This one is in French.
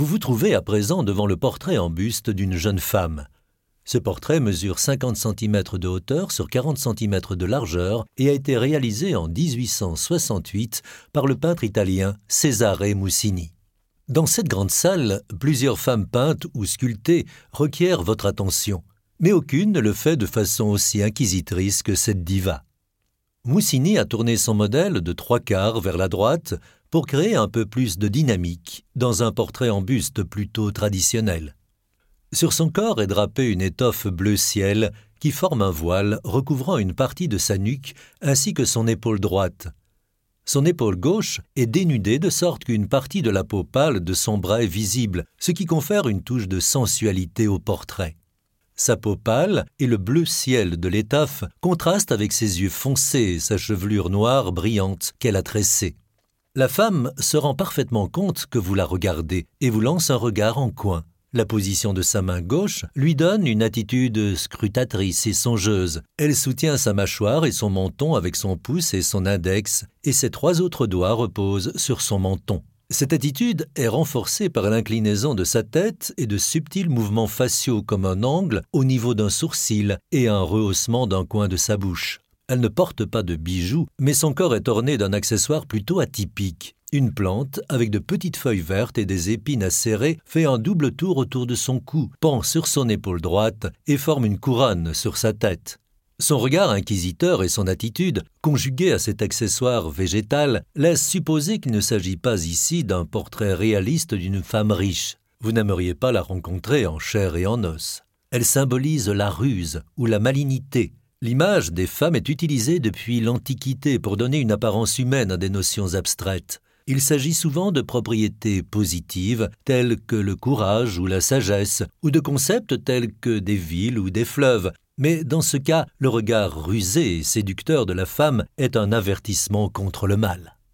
Vous vous trouvez à présent devant le portrait en buste d'une jeune femme. Ce portrait mesure 50 cm de hauteur sur 40 cm de largeur et a été réalisé en 1868 par le peintre italien Cesare Mussini. Dans cette grande salle, plusieurs femmes peintes ou sculptées requièrent votre attention, mais aucune ne le fait de façon aussi inquisitrice que cette diva. Mussini a tourné son modèle de 3/4 vers la droite pour créer un peu plus de dynamique dans un portrait en buste plutôt traditionnel. Sur son corps est drapée une étoffe bleu ciel qui forme un voile recouvrant une partie de sa nuque ainsi que son épaule droite. Son épaule gauche est dénudée de sorte qu'une partie de la peau pâle de son bras est visible, ce qui confère une touche de sensualité au portrait. Sa peau pâle et le bleu ciel de l'étoffe contrastent avec ses yeux foncés et sa chevelure noire brillante qu'elle a tressée. La femme se rend parfaitement compte que vous la regardez et vous lance un regard en coin. La position de sa main gauche lui donne une attitude scrutatrice et songeuse. Elle soutient sa mâchoire et son menton avec son pouce et son index, et ses 3 autres doigts reposent sur son menton. Cette attitude est renforcée par l'inclinaison de sa tête et de subtils mouvements faciaux comme un angle au niveau d'un sourcil et un rehaussement d'un coin de sa bouche. Elle ne porte pas de bijoux, mais son corps est orné d'un accessoire plutôt atypique. Une plante avec de petites feuilles vertes et des épines acérées fait un double tour autour de son cou, pend sur son épaule droite et forme une couronne sur sa tête. Son regard inquisiteur et son attitude, conjugués à cet accessoire végétal, laissent supposer qu'il ne s'agit pas ici d'un portrait réaliste d'une femme riche. Vous n'aimeriez pas la rencontrer en chair et en os. Elle symbolise la ruse ou la malignité. L'image des femmes est utilisée depuis l'Antiquité pour donner une apparence humaine à des notions abstraites. Il s'agit souvent de propriétés positives telles que le courage ou la sagesse, ou de concepts tels que des villes ou des fleuves. Mais dans ce cas, le regard rusé et séducteur de la femme est un avertissement contre le mal.